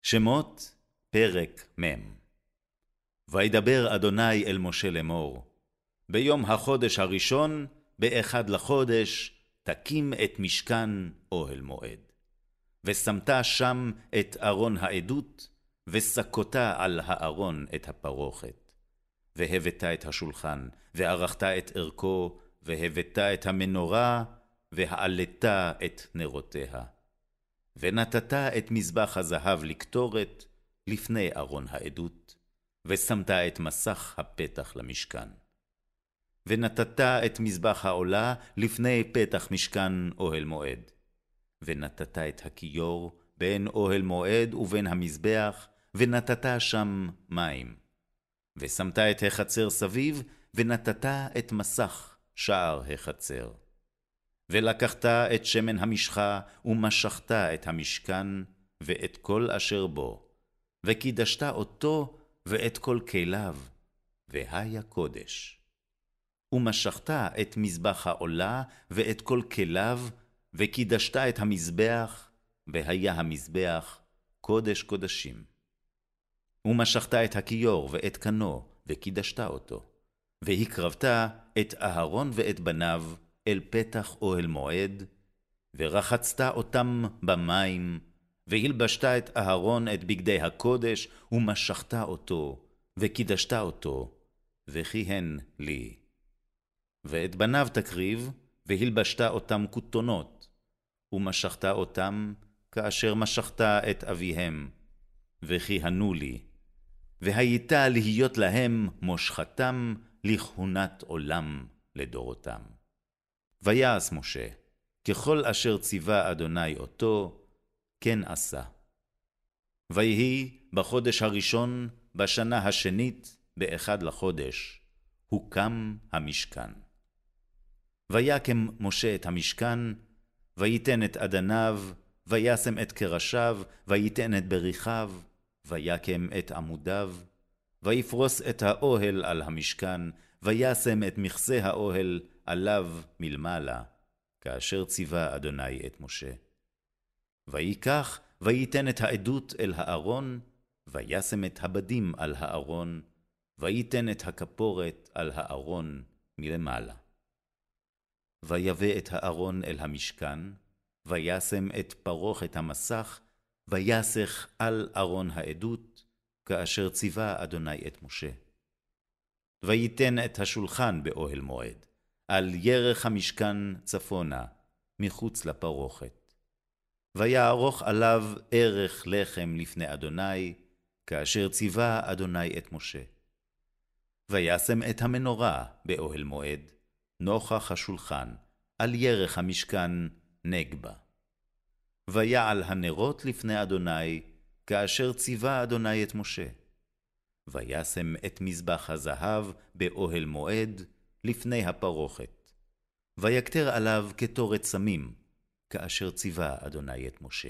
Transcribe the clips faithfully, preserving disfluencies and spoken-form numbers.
שמות, פרק מ'. וידבר אדוני אל משה לאמור, ביום החודש הראשון, באחד לחודש, תקים את משכן אוהל מועד. ושמת שם את ארון העדות, וסקותה על הארון את הפרוכת. והבאת את השולחן, וערכת את ערכו, והבאת את המנורה, והעלית את נרותיה. ונתת את מזבח הזהב לקטורת לפני ארון העדות, ושמת את מסך הפתח למשכן. ונתת את מזבח העולה לפני פתח משכן אוהל מועד. ונתת את הכיור בין אוהל מועד ובין המזבח, ונתת שם מים. ושמת את החצר סביב, ונתת את מסך שער החצר. ולקחת את שמן המשחה, ומשכת את המשכן, ואת כל אשר בו, וקידשת אותו, ואת כל כליו, והיה קודש. ומשכת את מזבח העולה, ואת כל כליו, וקידשת את המזבח, והיה המזבח קודש קודשים. ומשכת את הכיור ואת קנו, וקידשת אותו. והקרבת את אהרון ואת בניו, אל פתח אוהל מועד, ורחצת אותם במים, והלבשת את אהרון את בגדי הקודש, ומשכת אותו, וקידשת אותו, וכיהן לי. ואת בניו תקריב, והלבשת אותם כותונות, ומשכת אותם, כאשר משכת את אביהם, וכיהנו לי. והיית להיות להם מושכתם לכהונת עולם לדורותם. ויעש משה, ככל אשר ציווה אדוני אותו, כן עשה. ויהי בחודש הראשון, בשנה השנית, באחד לחודש, הוקם המשכן. ויקם משה את המשכן, ויתן את אדניו, וישם את קרשיו, ויתן את בריחיו, ויקם את עמודיו, ויפרוס את האוהל על המשכן, וישם את מכסה האוהל עליו מלמעלה, כאשר ציווה אדוני את משה. ויקח ויתן את העדות אל הארון, וישם את הבדים על הארון, ויתן את הכפורת על הארון מלמעלה. ויבא את הארון אל המשכן, וישם את פרוכת המסך, ויסך על ארון העדות, כאשר ציווה אדוני את משה. ויתן את השולחן באוהל מועד, על ירך המשכן צפונה, מחוץ לפרוכת. ויערוך עליו ערך לחם לפני אדוני, כאשר ציווה אדוני את משה. וישם את המנורה באוהל מועד, נוכח השולחן, על ירך המשכן נגבה. ויעל הנרות לפני אדוני, כאשר ציווה אדוני את משה. וישם את מזבח הזהב באוהל מועד, לפני הפרוכת. ויקטר עליו קטורת סמים, כאשר ציווה אדוני את משה.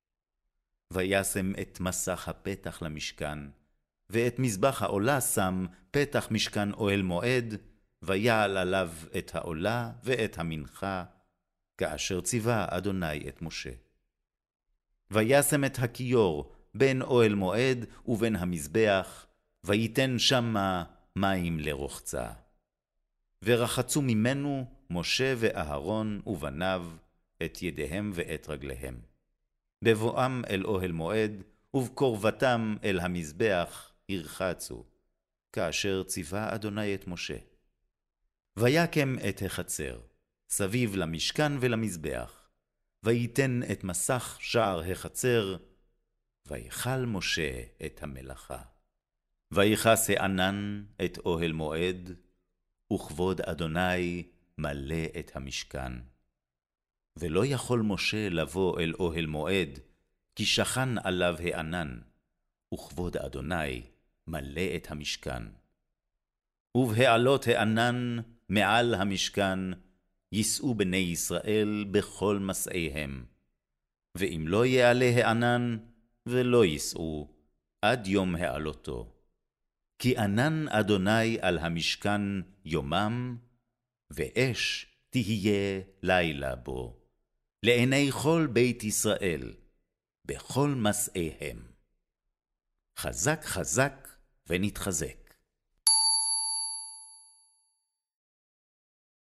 וישם את מסך הפתח למשכן, ואת מזבח העולה שם פתח משכן אוהל מועד, ויעל עליו את העולה ואת המנחה, כאשר ציווה אדוני את משה. וישם את הכיור בין אוהל מועד ובין המזבח, ויתן שמה מים לרוחצה. ורחצו ממנו משה ואהרון ובניו את ידיהם ואת רגליהם. בבואם אל אוהל מועד, ובקרבתם אל המזבח ירחצו, כאשר ציווה אדוני את משה. ויקם את החצר, סביב למשכן ולמזבח, ויתן את מסך שער החצר, ויכל משה את המלאכה. ויכס הענן את אוהל מועד, וכבוד אדוני מלא את המשכן. ולא יכול משה לבוא אל אוהל מועד, כי שכן עליו הענן, וכבוד אדוני מלא את המשכן. ובהעלות הענן מעל המשכן, ייסעו בני ישראל בכל מסעיהם. ואם לא יעלה הענן, ולא ייסעו, עד יום העלותו. כי ענן אדוני על המשכן יומם, ואש תהיה לילה בו, לעיני כל בית ישראל, בכל מסעיהם. חזק חזק ונתחזק.